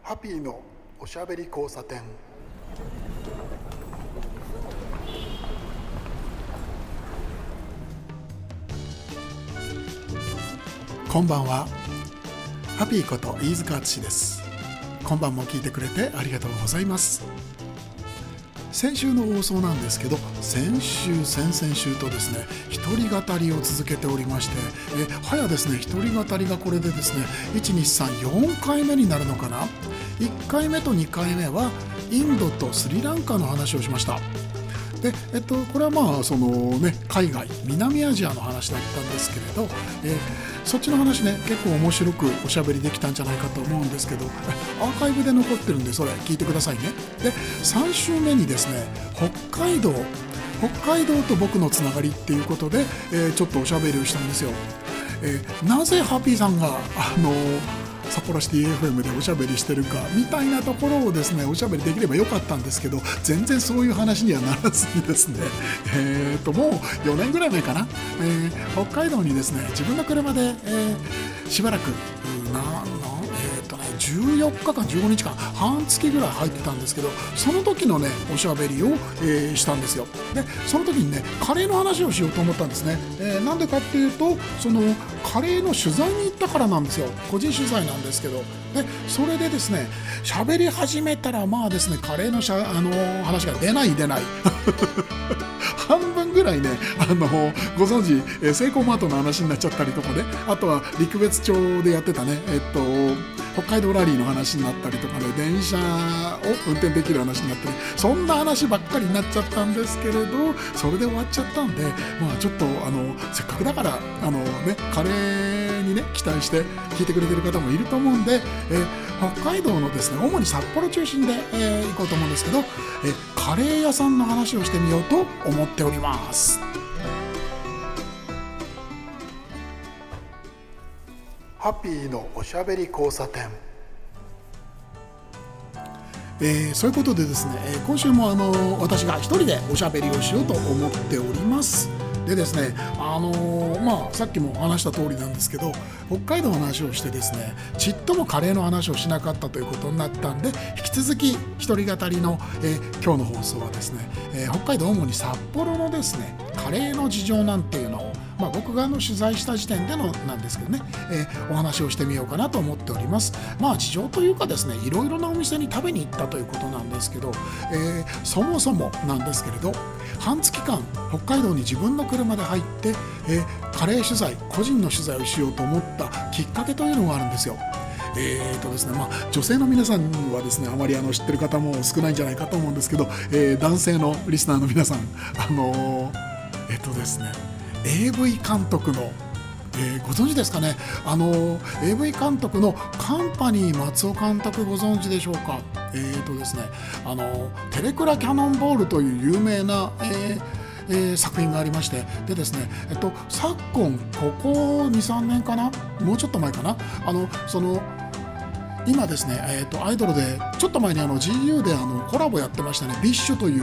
ハピーのおしゃべり交差点。こんばんは。ハピーこと飯塚敦です。今晩も聞いてくれてありがとうございます。先週の放送なんですけど、先々週とですね、一人語りを続けておりまして、早ですね、一人語りがこれでですね、1,2,3,4回目になるのかな。1回目と2回目はインドとスリランカの話をしました。で、これは海外、南アジアの話だったんですけれど、そっちの話ね、結構面白くおしゃべりできたんじゃないかと思うんですけど、アーカイブで残ってるんで、それ聞いてくださいね。で、3週目にですね、北海道と僕のつながりっていうことで、ちょっとおしゃべりをしたんですよ。なぜハッピーさんが札幌シティ FM でおしゃべりしてるかみたいなところをですね、おしゃべりできればよかったんですけど、全然そういう話にはならずにですね、もう4年ぐらい前かな、北海道にですね、自分の車で、しばらく14日間15日間半月ぐらい入ってたんですけど、その時のねおしゃべりを、したんですよ。でその時にね、カレーの話をしようと思ったんですね。なんでかっていうと、そのカレーの取材に行ったからなんですよ。個人取材なんですけど、でそれでですね、喋り始めたらですね、カレーの話が出ない半分ぐらいね、ご存知、セイコーマートの話になっちゃったりとかね、あとは陸別町でやってたね、北海道ラリーの話になったりとかね、電車を運転できる話になったり、そんな話ばっかりになっちゃったんですけれど、それで終わっちゃったんで、ちょっとせっかくだからカレーにね期待して聞いてくれてる方もいると思うんで、北海道のですね、主に札幌中心で、行こうと思うんですけど、カレー屋さんの話をしてみようと思っております。ハッピーのおしゃべり交差点。そういうことでですね、今週も私が一人でおしゃべりをしようと思っております。でですね、さっきも話した通りなんですけど、北海道の話をしてですね、ちっともカレーの話をしなかったということになったんで、引き続き一人語りの、今日の放送はですね、北海道主に札幌のですね、カレーの事情なんていうのを僕が取材した時点でのなんですけどね、お話をしてみようかなと思っております。事情というかですね、いろいろなお店に食べに行ったということなんですけど、そもそもなんですけれど、半月間北海道に自分の車で入って、カレー取材、個人の取材をしようと思ったきっかけというのがあるんですよ。ですね、女性の皆さんはですね、あまり知ってる方も少ないんじゃないかと思うんですけど、男性のリスナーの皆さん、ですね、AV 監督の、ご存知ですかね。AV 監督のカンパニー松尾監督、ご存知でしょうか。ですね、テレクラキャノンボールという有名な、作品がありまして、でですね、昨今ここ 2,3 年かな、もうちょっと前かな、今ですね、アイドルでちょっと前にGU でコラボやってましたね、ビッシュという、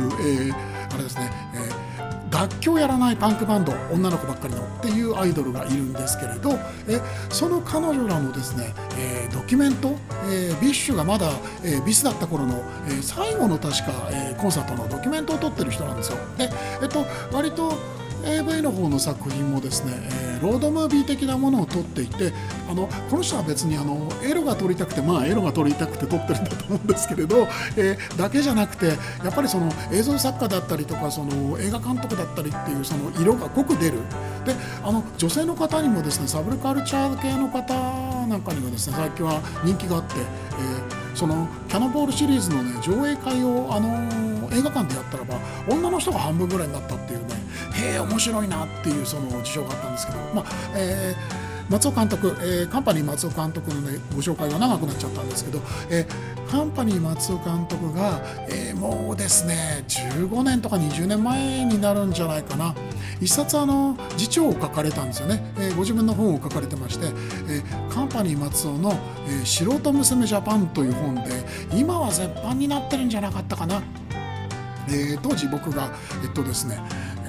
あれですね、楽器をやらないパンクバンド、女の子ばっかりのっていうアイドルがいるんですけれど、その彼女らのですね、ドキュメント、ビッシュがまだ、ビスだった頃の、最後の確か、コンサートのドキュメントを撮ってる人なんですよ。で、割とAV の方の作品もですね、ロードムービー的なものを撮っていて、この人は別にエロが撮りたくて撮ってるんだと思うんですけれど、だけじゃなくて、やっぱりその映像作家だったりとか、その映画監督だったりっていうその色が濃く出る。で、女性の方にもですね、サブカルチャー系の方なんかにはですね、最近は人気があって、そのキャノンボールシリーズのね、上映会を映画館でやったらば、女の人が半分ぐらいになったっていうね、面白いなっていうその事象があったんですけど、松尾監督、カンパニー松尾監督のね、ご紹介が長くなっちゃったんですけど、カンパニー松尾監督が、もうですね、15年とか20年前になるんじゃないかな、一冊自著を書かれたんですよね。ご自分の本を書かれてまして、カンパニー松尾の、素人娘ジャパンという本で、今は絶版になってるんじゃなかったかな。当時僕がですね、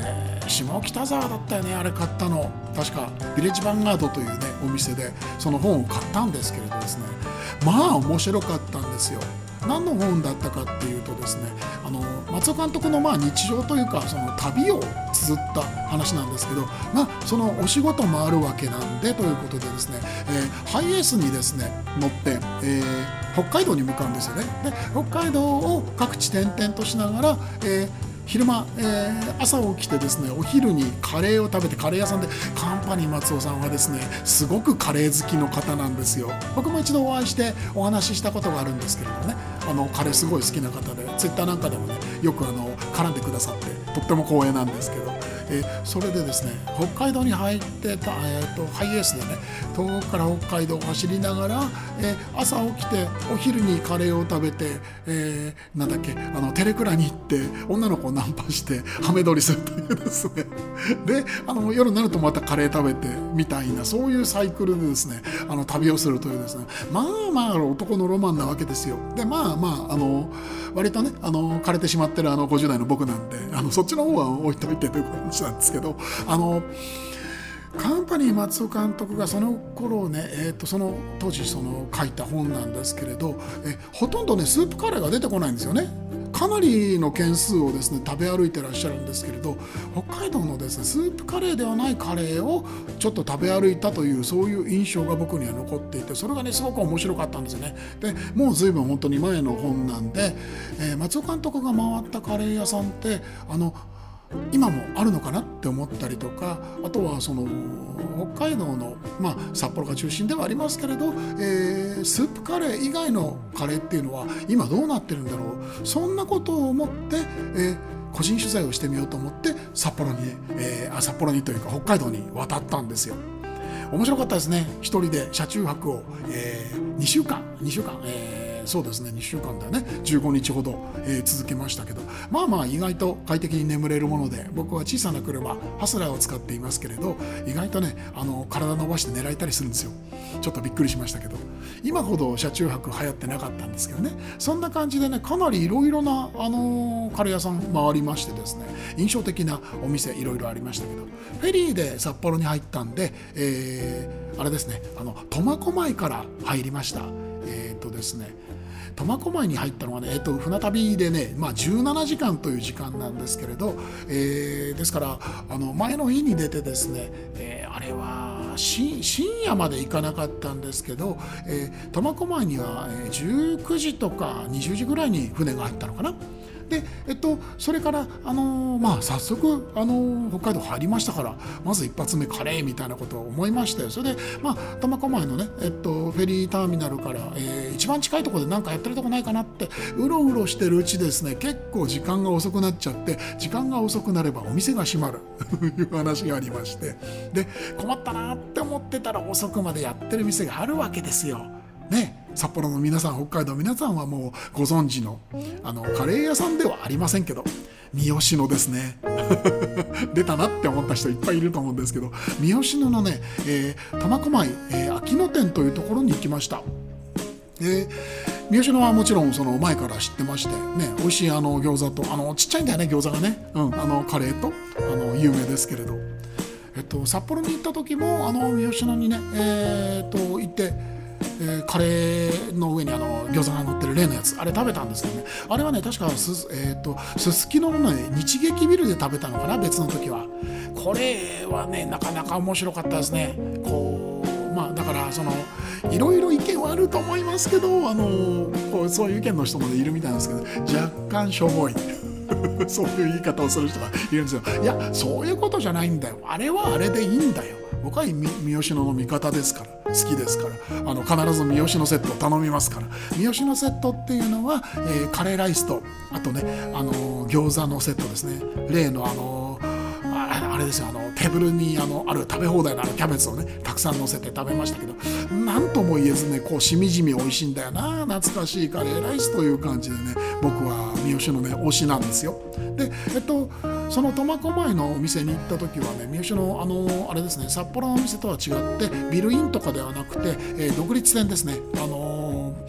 下北沢だったよね、あれ買ったの。確かビレッジヴァンガードというねお店でその本を買ったんですけれどですね、まあ面白かったんですよ。何の本だったかっていうとですね、松尾監督の日常というかその旅を綴った話なんですけど、そのお仕事もあるわけなんでということでですね、ハイエースにですね乗って、北海道に向かうんですよね。で北海道を各地転々としながら、昼間、朝起きてですねお昼にカレーを食べて、カレー屋さんでカンパニー松尾さんはですねすごくカレー好きの方なんですよ。僕も一度お会いしてお話ししたことがあるんですけれどね、カレーすごい好きな方でツイッターなんかでもねよく絡んでくださってとっても光栄なんですけど、それでですね北海道に入ってた、ハイエースでね東北から北海道を走りながら、朝起きてお昼にカレーを食べて、なんだっけテレクラに行って女の子をナンパしてハメ撮りするというですねで夜になるとまたカレー食べてみたいな、そういうサイクルでですね旅をするというですね、男のロマンなわけですよ。で割とね枯れてしまってる50代の僕なんでそっちの方は置いといてという話なんですけど、カンパニー松尾監督がその頃ね、その当時書いた本なんですけれど、ほとんどねスープカレーが出てこないんですよね。かなりの件数をですね食べ歩いてらっしゃるんですけれど、北海道のですねスープカレーではないカレーをちょっと食べ歩いたというそういう印象が僕には残っていて、それがねすごく面白かったんですよね。でもう随分本当に前の本なんで、松尾監督が回ったカレー屋さんって今もあるのかなって思ったりとか、あとは北海道の、札幌が中心ではありますけれど、スープカレー以外のカレーっていうのは今どうなってるんだろう、そんなことを思って、個人取材をしてみようと思って札幌にというか北海道に渡ったんですよ。面白かったですね。一人で車中泊を、2週間、そうですね2週間だよね、15日ほど、続けましたけど、意外と快適に眠れるもので、僕は小さな車ハスラーを使っていますけれど、意外とね体伸ばして狙えたりするんですよ。ちょっとびっくりしましたけど、今ほど車中泊流行ってなかったんですけどね。そんな感じでねかなりいろいろなカレー屋さん回りましてですね、印象的なお店いろいろありましたけど、フェリーで札幌に入ったんで、あれですね苫小牧から入りました。ですね苫小牧に入ったのはね、船旅でね、17時間という時間なんですけれど、ですから前の日に出てですね、あれは深夜まで行かなかったんですけど、苫小牧には19時とか20時ぐらいに船が入ったのかな。でそれから早速北海道入りましたから、まず一発目カレーみたいなことを思いまして、それで苫小牧のね、フェリーターミナルから、一番近いところで何かやってるとこないかなってうろうろしてるうちですね、結構時間が遅くなっちゃって、時間が遅くなればお店が閉まるという話がありまして、で困ったなって思ってたら遅くまでやってる店があるわけですよね。札幌の皆さん、北海道の皆さんはもうご存知のカレー屋さんではありませんけど、三好のですね出たなって思った人いっぱいいると思うんですけど、三好のね、苫小牧、秋野店というところに行きました。三好のはもちろんその前から知ってましてね、美味しい餃子とちっちゃいんだよね餃子がね、カレーと有名ですけれど、札幌に行った時も三好のにね行ってカレーの上に餃子が乗ってる例のやつ、あれ食べたんですけどね、あれはね確かすすきののね日劇ビルで食べたのかな、別の時は。これはねなかなか面白かったですね。だからいろいろ意見はあると思いますけど、そういう意見の人もいるみたいなんですけど、若干しょぼいそういう言い方をする人がいるんですよ。いやそういうことじゃないんだよ、あれはあれでいいんだよ。僕は三好の味方ですから、好きですから、必ず三好のセットを頼みますから。三好のセットっていうのは、カレーライスとあとね餃子のセットですね。例のあれですよ、テーブルにある食べ放題のキャベツをねたくさん乗せて食べましたけど、なんとも言えずねしみじみ美味しいんだよな、懐かしいカレーライスという感じでね、僕は三好のね推しなんですよ。でその苫小牧のお店に行った時はね、三好のあれですね、札幌のお店とは違ってビルインとかではなくて、独立店ですね。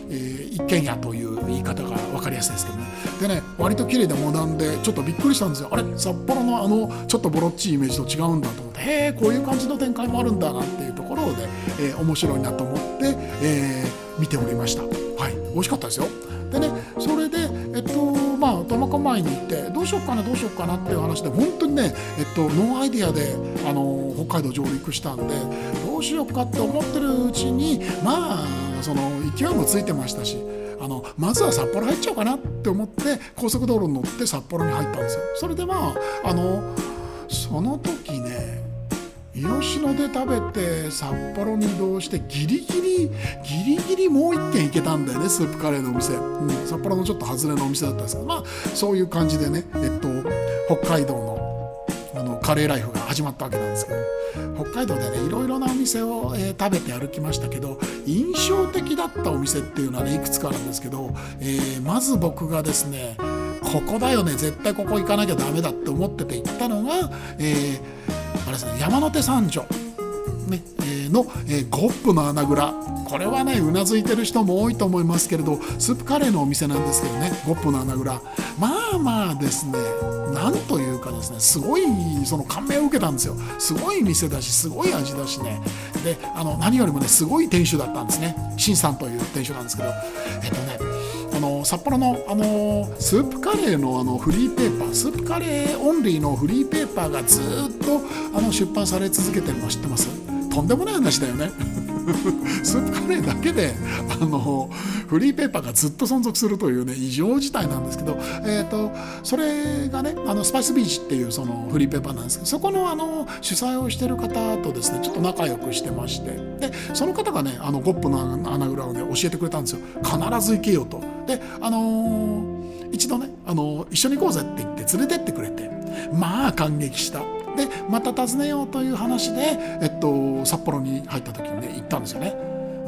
一軒家という言い方が分かりやすいですけどね。でね、割と綺麗でモダンでちょっとびっくりしたんですよ。あれ、札幌のちょっとボロっちいイメージと違うんだと思って、へえ、こういう感じの展開もあるんだなっていうところで、面白いなと思って、見ておりました。はい、美味しかったですよ。でね、それで苫小牧に行ってどうしようかなっていう話で、本当にね、ノーアイディアで北海道上陸したんで、どうしようかって思ってるうちに、その勢いもついてましたし、まずは札幌入っちゃおうかなって思って高速道路に乗って札幌に入ったんですよ。それでその時ね、吉野で食べて札幌に移動してギリギリもう一軒行けたんだよね、スープカレーのお店、札幌のちょっと外れのお店だったんですけど、そういう感じでね、北海道のカレーライフが始まったわけなんですけど、北海道でね、いろいろなお店を、食べて歩きましたけど、印象的だったお店っていうのはね、いくつかあるんですけど、まず僕がですね、ここだよね、絶対ここ行かなきゃダメだって思ってて行ったのが、あれですね、山手三条、ねの、ゴップの穴蔵。これはね、うなずいてる人も多いと思いますけれど、スープカレーのお店なんですけどね、ゴップの穴蔵、ですね、なんというかですね、すごい感銘を受けたんですよ。すごい店だし、すごい味だしね。で、何よりもね、すごい店主だったんですね。新さんという店主なんですけど、札幌のスープカレーのフリーペーパー、スープカレーオンリーのフリーペーパーがずっと出版され続けてるの知ってます？とんでもない話だよね。スープカレーだけでフリーペーパーがずっと存続するというね、異常事態なんですけど、それがね、スパイスビーチっていうそのフリーペーパーなんですけど、そこの主催をしてる方とですね、ちょっと仲良くしてまして、でその方がね、ゴップの穴蔵をね、教えてくれたんですよ。必ず行けよと。で一度ね、一緒に行こうぜって言って連れてってくれて、感激した。でまた訪ねようという話で、札幌に入った時にね、行ったんですよね。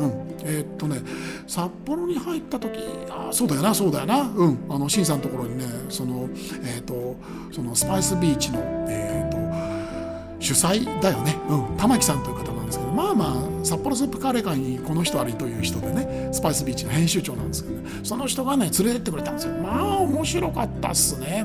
札幌に入った時、そうだよな、新さんのところにね、そのスパイスビーチの、主催だよね、玉木さんという方なんですけど、札幌スープカレー界にこの人ありという人でね、スパイスビーチの編集長なんですけどね、その人がね、連れてってくれたんですよ。面白かったっすね。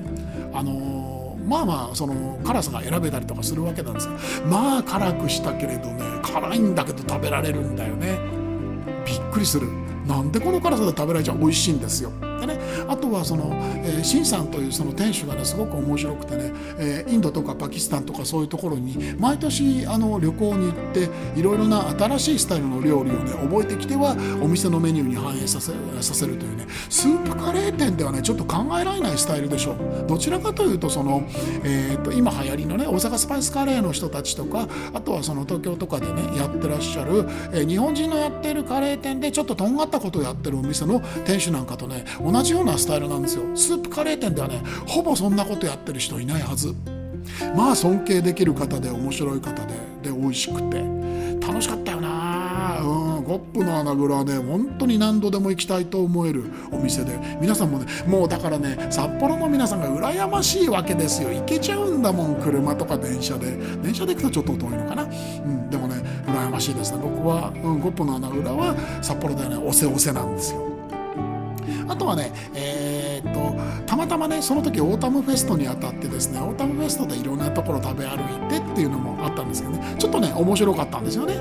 その辛さが選べたりとかするわけなんですよ。辛くしたけれどね、辛いんだけど食べられるんだよね。びっくりする。なんでこの辛さで食べられちゃ美味しいんですよ。でね、あとはシンさんというその店主がね、すごく面白くてね、インドとかパキスタンとかそういうところに毎年旅行に行っていろいろな新しいスタイルの料理をね、覚えてきてはお店のメニューに反映させるというね、スープカレー店ではね、ちょっと考えられないスタイルでしょう。どちらかというと今流行りのね、大阪スパイスカレーの人たちとか、あとは東京とかでね、やってらっしゃる、日本人のやっているカレー店でちょっととんがったことをやってるお店の店主なんかとね、同じようなスタイルなんですよ。スープカレー店ではね、ほぼそんなことやってる人いないはず。尊敬できる方で面白い方で美味しくて楽しかったよな。ゴップの穴蔵はね、本当に何度でも行きたいと思えるお店で、皆さんもね、もうだからね、札幌の皆さんが羨ましいわけですよ。行けちゃうんだもん、車とか電車で行くとちょっと遠いのかな。でもね、羨ましいですね。僕は、ゴップの穴蔵は札幌ではね、おせなんですよ。あとはね、たまたまね、その時オータムフェストにあたってですね、オータムフェストでいろんなところ食べ歩いてっていうのもあったんですけどね、ちょっとね、面白かったんですよね。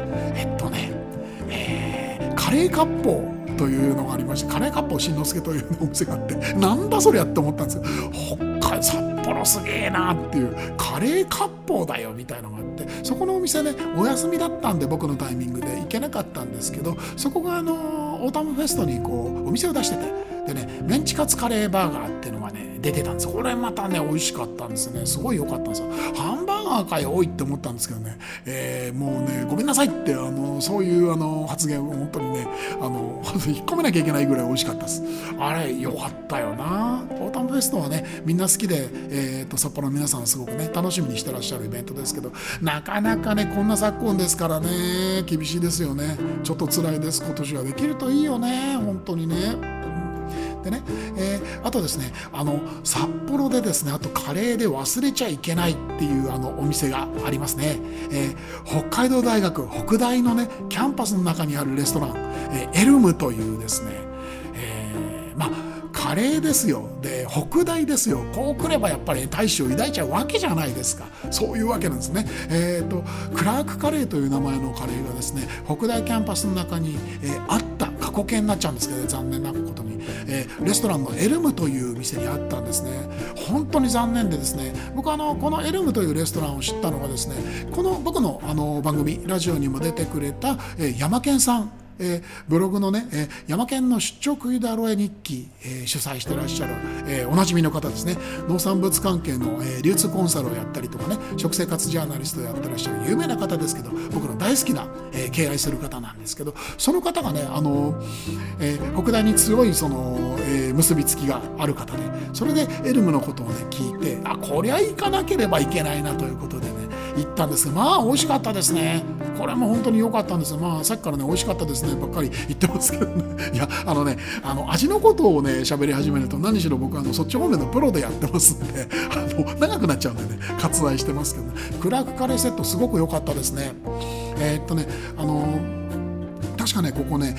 カレー割烹というのがありまして、カレー割烹しんのすけというお店があって、なんだそりゃって思ったんですよ。札幌すげえなっていう、カレー割烹だよみたいなのがあって、そこのお店ね、お休みだったんで僕のタイミングで行けなかったんですけど、そこがオータムフェストにお店を出してて、でね、メンチカツカレーバーガーっていうのがね、出てたんです。これまたね、美味しかったんですね。すごい良かったんですよ。ハンバーガー界多いって思ったんですけどね、もうね、ごめんなさいってそういう発言を本当にね、引っ込めなきゃいけないぐらい美味しかったです。あれ良かったよな。オータムフェストはね、みんな好きで、札幌の皆さんすごくね、楽しみにしてらっしゃるイベントですけど、なかなかね、こんな昨今ですからね、厳しいですよね。ちょっと辛いです。今年はできるといいよね、本当にね。でね、あとですね、札幌でですね、あとカレーで忘れちゃいけないっていうお店がありますね。北海道大学北大のね、キャンパスの中にあるレストラン、エルムというですね、 カレーですよ。で北大ですよ。こう来ればやっぱり大志を抱いちゃうわけじゃないですか。そういうわけなんですね。クラークカレーという名前のカレーがですね、北大キャンパスの中に、あった過去形になっちゃうんですけど、残念なことに、レストランのエルムという店にあったんですね。本当に残念でですね、僕このエルムというレストランを知ったのがですね、この僕の番組ラジオにも出てくれた、ヤマケンさん、ブログのね、ヤマケンの出張食いだろえ日記、主催してらっしゃる、おなじみの方ですね。農産物関係の、流通コンサルをやったりとかね、食生活ジャーナリストをやってらっしゃる有名な方ですけど、僕の大好きな、敬愛する方なんですけど、その方がね、北大に強い結びつきがある方で、それでエルムのことをね聞いて、こりゃ行かなければいけないなということでね行ったんですが、美味しかったですね。これも本当に良かったんですよ。さっきからね美味しかったですねばっかり言ってますけどね。いや味のことをね喋り始めると、何しろ僕そっち方面のプロでやってますんで長くなっちゃうんでね割愛してますけどね。クラークカレーセットすごく良かったですね。確かねここね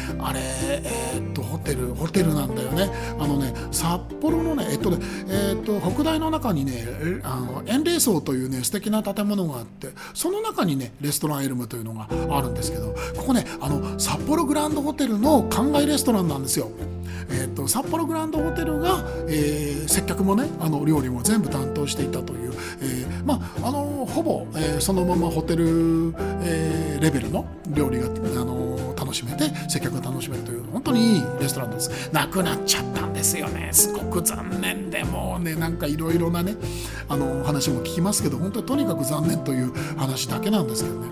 ホテルなんだよね。札幌のね北大の中にね円霊荘というね素敵な建物があって、その中にねレストランエルムというのがあるんですけど、ここね札幌グランドホテルの館外レストランなんですよ。札幌グランドホテルが、接客もね料理も全部担当していたという、ほぼ、そのままホテル、レベルの料理が楽しめて接客が楽しめるという本当にいいレストランです。なくなっちゃったんですよね。すごく残念で、もうねなんかいろいろなね話も聞きますけど、本当にとにかく残念という話だけなんですけどね。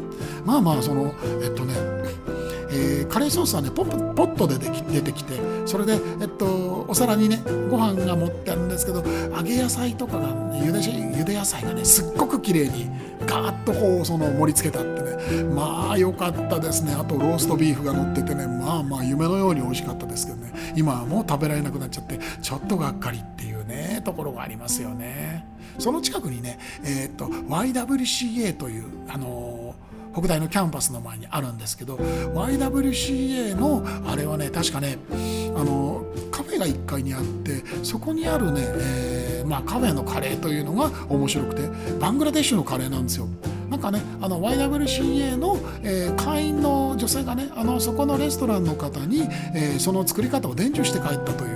カレーソースはねポットで出てきて、それで、お皿にねご飯が盛ってあるんですけど、揚げ野菜とかが、ね、ゆで野菜がねすっごく綺麗にガーッと盛り付けたってね、良かったですね。あとローストビーフが乗っててね、夢のように美味しかったですけどね、今はもう食べられなくなっちゃってちょっとがっかりっていうねところがありますよね。その近くにね、YWCA という北大のキャンパスの前にあるんですけど、 YWCA のあれはね確かねカフェが1階にあって、そこにあるね、カフェのカレーというのが面白くて、バングラデシュのカレーなんですよ。なんかねYWCA の、会員の女性がねそこのレストランの方に、その作り方を伝授して帰ったという、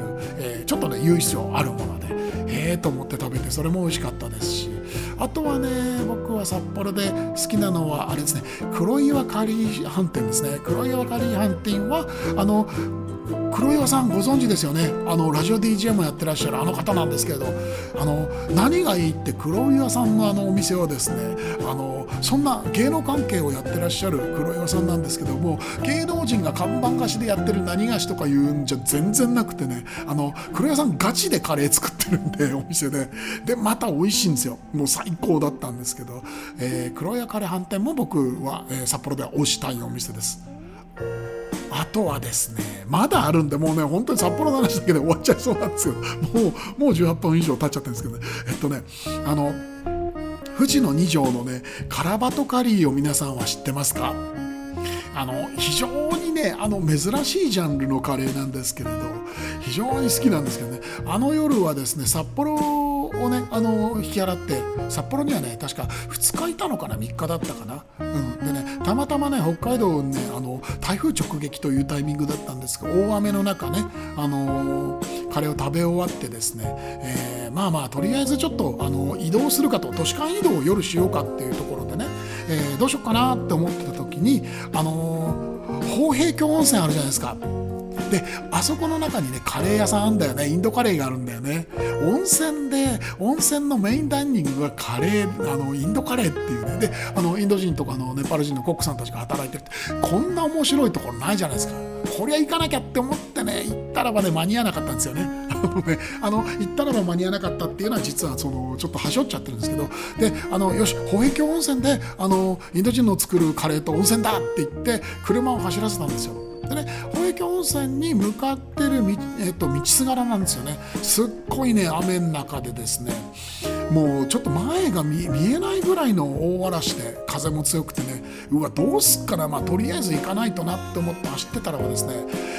ちょっとね由緒あるもので、と思って食べて、それも美味しかったですし、あとはね僕は札幌で好きなのはあれですね、黒岩カリー飯店ですね。黒岩カリー飯店は黒岩さんご存知ですよね。ラジオ DJ もやってらっしゃる方なんですけれど、何がいいって黒岩さんのお店はですね、そんな芸能関係をやってらっしゃる黒岩さんなんですけども、芸能人が看板菓子でやってる何菓子とかいうんじゃ全然なくてね、黒岩さんガチでカレー作ってるんで、お店でまた美味しいんですよ。もう最高だったんですけど、黒岩カレー飯店も僕は、札幌では推したいお店です。あとはですねまだあるんで、もうね本当に札幌の話だけで終わっちゃいそうなんですけど、もう18分以上経っちゃってるんですけどね、富士の二条のねカラバトカリーを皆さんは知ってますか？非常にね珍しいジャンルのカレーなんですけれど、非常に好きなんですけどね、夜はですね札幌をね引き払って、札幌にはね確か2日いたのかな、3日だったかな、でねたまたまね北海道にね台風直撃というタイミングだったんですが、大雨の中ねカレーを食べ終わってですね、とりあえずちょっと移動するかと、都市間移動を夜しようかっていうところでね、どうしようかなって思ってた時に豊平峡温泉あるじゃないですか。であそこの中にねカレー屋さんあるんだよね。インドカレーがあるんだよね。温泉のメインダイニングがカレーインドカレーっていうね。でインド人とかネパール人のコックさんたちが働いてるって、こんな面白いところないじゃないですか。こりゃ行かなきゃって思ってね行ったらばね間に合わなかったんですよね。行ったらば間に合わなかったっていうのは実はちょっとはしょっちゃってるんですけど、でよし豊平峡温泉でインド人の作るカレーと温泉だって言って車を走らせたんですよ。でね、豊平峡温泉に向かってる道すがらなんですよね。すっごいね雨の中でですね、もうちょっと前が見えないぐらいの大嵐で風も強くてね、どうすっかな、とりあえず行かないとなって思って走ってたらばですね、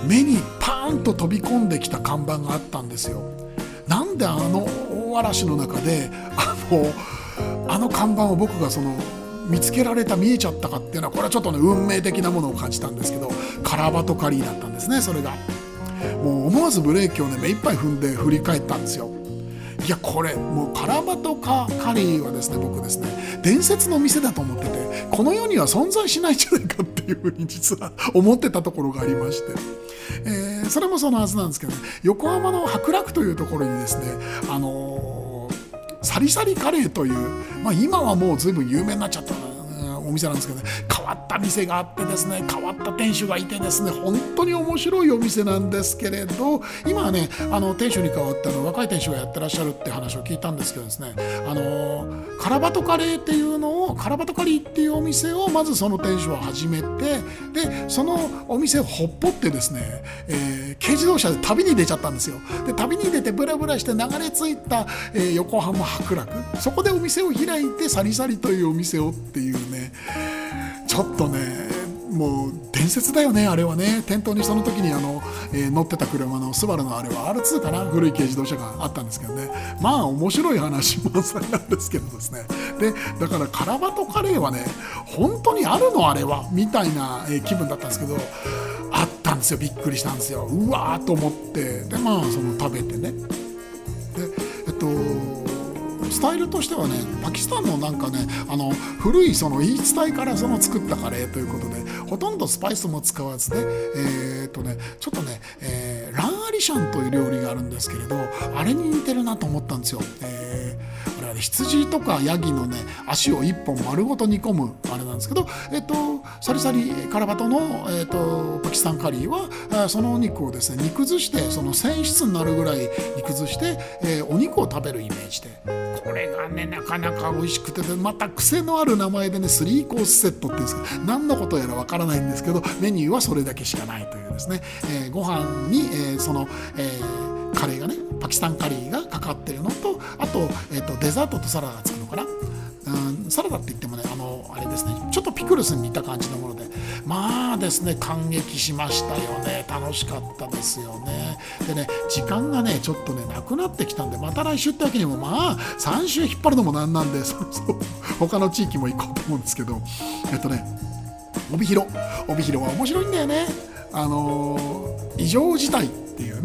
目にパーンと飛び込んできた看板があったんですよ。なんで大嵐の中であの看板を僕が見つけられた、見えちゃったかっていうのは、これはちょっとね運命的なものを感じたんですけど、カラバトカリーだったんですね。それがもう思わずブレーキをね目いっぱい踏んで振り返ったんですよ。いやこれもうカラバトカリーはですね、僕ですね伝説の店だと思ってて、この世には存在しないんじゃないかっていうふうに実は思ってたところがありまして、それもそのはずなんですけどね、横浜の白楽というところにですねサリサリカレーという、今はもう随分有名になっちゃったお店なんですけどね、変わった店があってですね、変わった店主がいてですね、本当に面白いお店なんですけれど、今はね店主に代わって若い店主がやってらっしゃるって話を聞いたんですけどですね、カラバトカレーっていうのを、カラバトカリーっていうお店をまずその店主は始めて、でそのお店をほっぽってですね、軽自動車で旅に出ちゃったんですよ。で旅に出てブラブラして流れ着いた、横浜白楽、そこでお店を開いてサリサリというお店をっていうね、ちょっとねもう伝説だよねあれはね。店頭にその時に乗ってた車のスバルのあれは R2 かな、古い軽自動車があったんですけどね、面白い話満載なんですけどですね。でだからカラバトカレーはね本当にあるのあれはみたいな、気分だったんですけど、あったんですよ。びっくりしたんですよ。うわーと思って、で食べてね、でスタイルとしてはね、パキスタンのなんかね古い言い伝えから作ったカレーということで、ほとんどスパイスも使わずで、ちょっとね、ランアリシャンという料理があるんですけれど、あれに似てるなと思ったんですよ。あれはね、羊とかヤギのね足を一本丸ごと煮込むあれなんですけど、サリサリカラバトの、パキスタンカリーはそのお肉をですね煮崩して、繊維質になるぐらい煮崩して、お肉を食べるイメージで、これがねなかなか美味しくて、また癖のある名前でね3コースセットっていうんですか、何のことやらわからないんですけど、メニューはそれだけしかないというですね、ご飯に、カレーがね、パキスタンカリーがかかっているのと、あと、デザートとサラダがつくのかな、サラダって言ってもねあれですね、ちょっとピクルスに似た感じのもので、ですね感激しましたよね。楽しかったですよね。でね、時間がねちょっとねなくなってきたんで、また来週ってわけにも3週引っ張るのもなんなんで、そろそろ他の地域も行こうと思うんですけど、帯広は面白いんだよね。異常事態っていうね、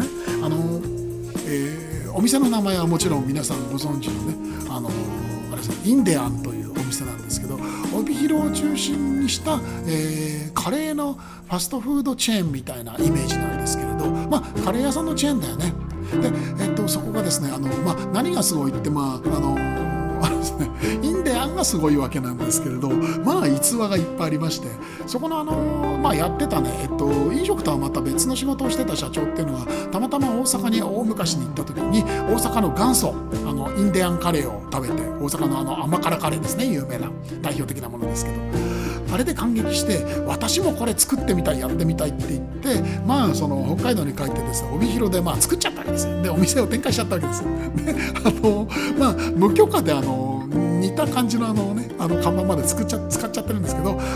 お店の名前はもちろん皆さんご存知のねあれですね、インデアンというお店なんですけど、帯広を中心にした、カレーのファストフードチェーンみたいなイメージなんですけれど、カレー屋さんのチェーンだよね。で、そこがですね何がすごいってあれですね、インデアンがすごいわけなんですけれど、逸話がいっぱいありまして、そこのやってたね、飲食とはまた別の仕事をしてた社長っていうのは、たまたま大阪に大昔に行った時に、大阪の元祖インデアンカレーを食べて、大阪の甘辛カレーですね、有名な代表的なものですけど、あれで感激して、私もこれ作ってみたい、やってみたいって言って、その北海道に帰ってですね、帯広で作っちゃったわけですよ。でお店を展開しちゃったわけですよ。で無許可で似た感じの看板まで使っちゃってるんですけど、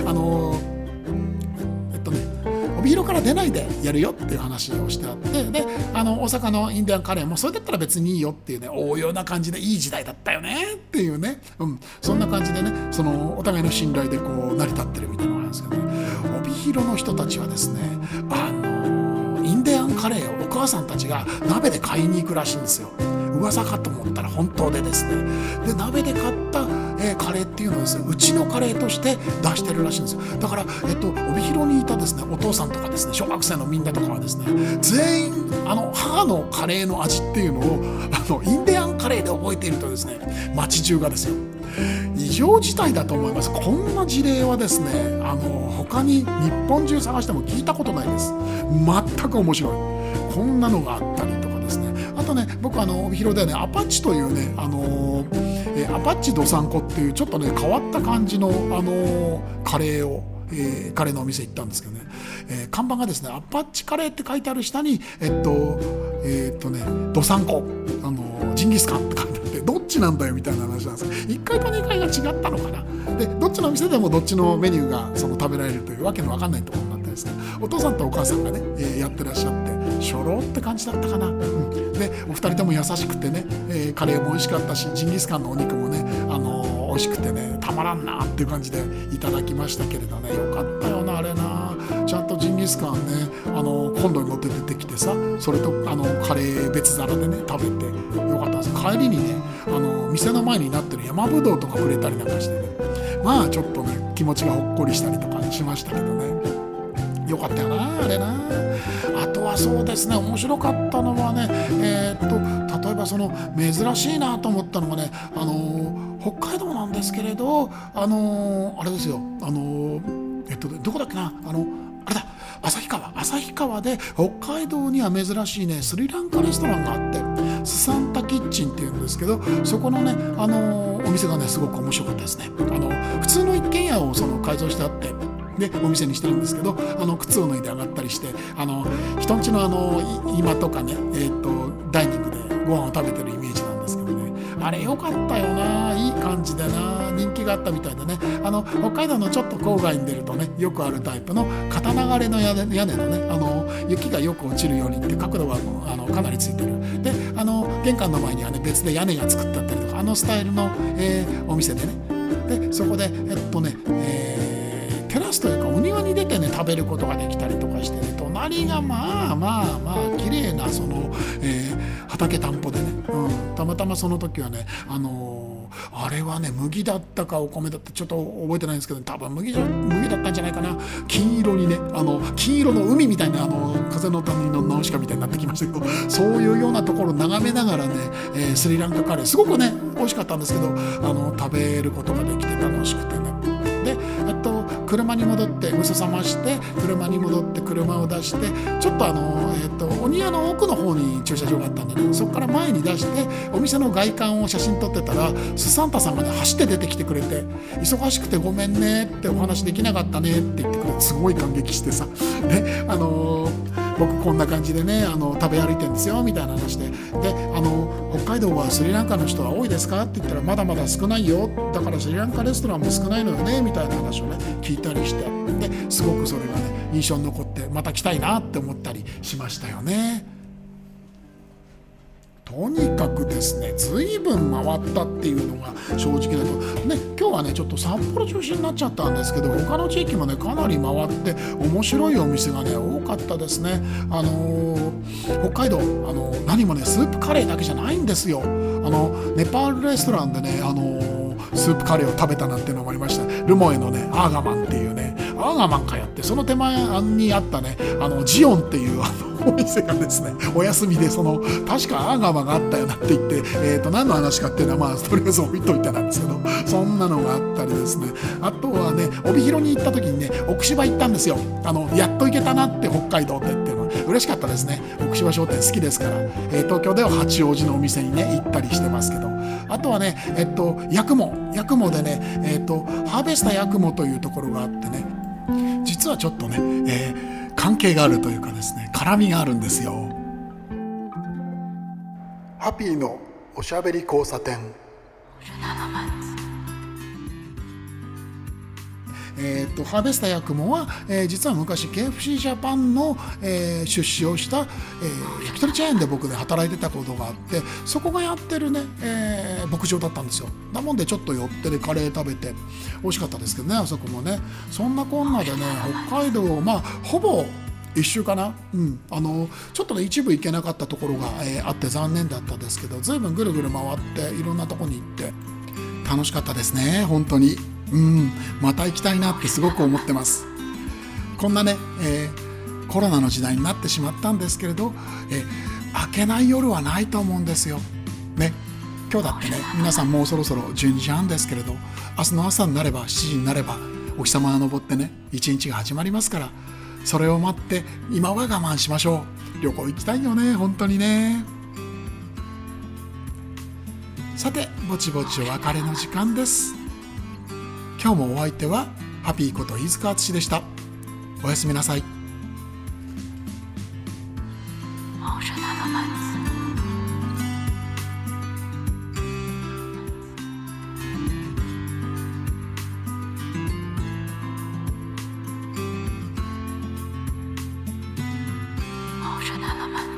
帯広から出ないでやるよっていう話をしてあって、で大阪のインディアンカレーもそれだったら別にいいよっていうね、応用な感じでいい時代だったよねっていうね、そんな感じでね、お互いの信頼でこう成り立ってるみたいなのがあるんですけどね、帯広の人たちはですねインディアンカレーをお母さんたちが鍋で買いに行くらしいんですよ。噂かと思ったら本当でですね、で鍋で買ったカレーっていうのをですね、うちのカレーとして出してるらしいんですよ。だから、帯広にいたですねお父さんとかですね、小学生のみんなとかはですね、全員母のカレーの味っていうのをインディアンカレーで覚えているとですね、町中がですよ、異常事態だと思います。こんな事例はですね他に日本中探しても聞いたことないです。全く面白い、こんなのがあったりとかですね。あとね、僕帯広ではね、アパッチというねアパッチどさんこっていうちょっとね変わった感じのカレーのお店行ったんですけどね、看板がですね、アパッチカレーって書いてある下にどさんこジンギスカンって書いてあって、どっちなんだよみたいな話なんです。1階と2階が違ったのかな。でどっちの店でもどっちのメニューが食べられるというわけのわかんないところになってですね、 お父さんとお母さんがね、やってらっしゃって初老って感じだったかな、でお二人とも優しくてね、カレーも美味しかったしジンギスカンのお肉もね、美味しくてねたまらんなっていう感じでいただきましたけれどね、よかったよなあれな。ちゃんとジンギスカンねコンロに乗って出てきてさ、それとカレー別皿でね食べてよかったです。帰りにね店の前になってる山ぶどうとかくれたりなんかしてね、まあちょっとね気持ちがほっこりしたりとかしましたけどね、よかったよなあれな。あとはそうですね、面白かったのはね、例えばその珍しいなと思ったのがね、北海道なんですけれど、あれですよ、どこだっけな、あれだ、旭川で北海道には珍しいねスリランカレストランがあって、スサンタキッチンっていうんですけど、そこのね、お店がねすごく面白かったですね。普通の一軒家を改造してあってでお店にしてるんですけど、靴を脱いで上がったりして、人んちの居間とかね、ダイニングでご飯を食べてるイメージなんですけどね、あれ良かったよな、いい感じでな、人気があったみたいでね、北海道のちょっと郊外に出るとねよくあるタイプの片流れの屋根のね、雪がよく落ちるようにって角度がかなりついてる。で玄関の前にはね別で屋根が作ってあったりとか、スタイルの、お店でね、でそこでテラスというかお庭に出てね食べることができたりとかしてね、隣がまあ綺麗な畑田んぼでね、たまたまその時はねあれはね麦だったかお米だったちょっと覚えてないんですけど、多分麦だったんじゃないかな。金色にね金色の海みたいな風の谷のナウシカみたいになってきましたけど、そういうようなところを眺めながらね、スリランカカレーすごくね美味しかったんですけど、食べることができて楽しくてね、で車に戻ってむささまして車に戻って車を出してちょっとお庭の奥の方に駐車場があったんでね、そこから前に出してお店の外観を写真撮ってたらスサンタさんがね走って出てきてくれて、忙しくてごめんねってお話できなかったねって言ってくれて、すごい感激してさ、で僕こんな感じでね食べ歩いてるんですよみたいな話で、北海道はスリランカの人は多いですかって言ったら、まだまだ少ないよ、だからスリランカレストランも少ないのよねみたいな話をね聞いたりして、ですごくそれがね印象に残ってまた来たいなって思ったりしましたよね。とにかくですね随分回ったっていうのが正直だとね、今日はねちょっと札幌中心になっちゃったんですけど、他の地域もねかなり回って面白いお店がね多かったですね。北海道何もねスープカレーだけじゃないんですよ。ネパールレストランでねスープカレーを食べたなんていうのもありました。ルモエのねアーガマンっていうね、アーガマンかやって、その手前にあったねジオンっていうお店がですねお休みで、確かアーガマンがあったよなって言って、何の話かっていうのはまあとりあえず置いといてなんですけど、そんなのがあったりですね、あとはね帯広に行った時にね奥芝行ったんですよ。やっと行けたなって北海道でっていうのは嬉しかったですね。奥芝商店好きですから、東京では八王子のお店にね行ったりしてますけど、あとはね八雲でねハーベスタ八雲というところがあってね、実はちょっとね、関係があるというかですね絡みがあるんですよ。ハピーのおしゃべり交差点。ハーベスタ八雲は、実は昔 KFC ジャパンの、出資をした、焼き鳥チェーンで僕で働いてたことがあって、そこがやってるね、牧場だったんですよ。なもんでちょっと寄ってでカレー食べて美味しかったですけどね、あそこもね。そんなこんなでね北海道ほぼ一周かな、ちょっとね一部行けなかったところが、あって残念だったですけど、ずいぶんぐるぐる回っていろんなとこに行って楽しかったですね本当に。また行きたいなってすごく思ってます。こんなね、コロナの時代になってしまったんですけれど、明けない夜はないと思うんですよね。今日だってね皆さんもうそろそろ12時半ですけれど、明日の朝になれば7時になればお日様が昇ってね一日が始まりますから、それを待って今は我慢しましょう。旅行行きたいよね本当にね。さてぼちぼちお別れの時間です。今日もお相手はハピーこと飯塚敦でした。おやすみなさい。 花のま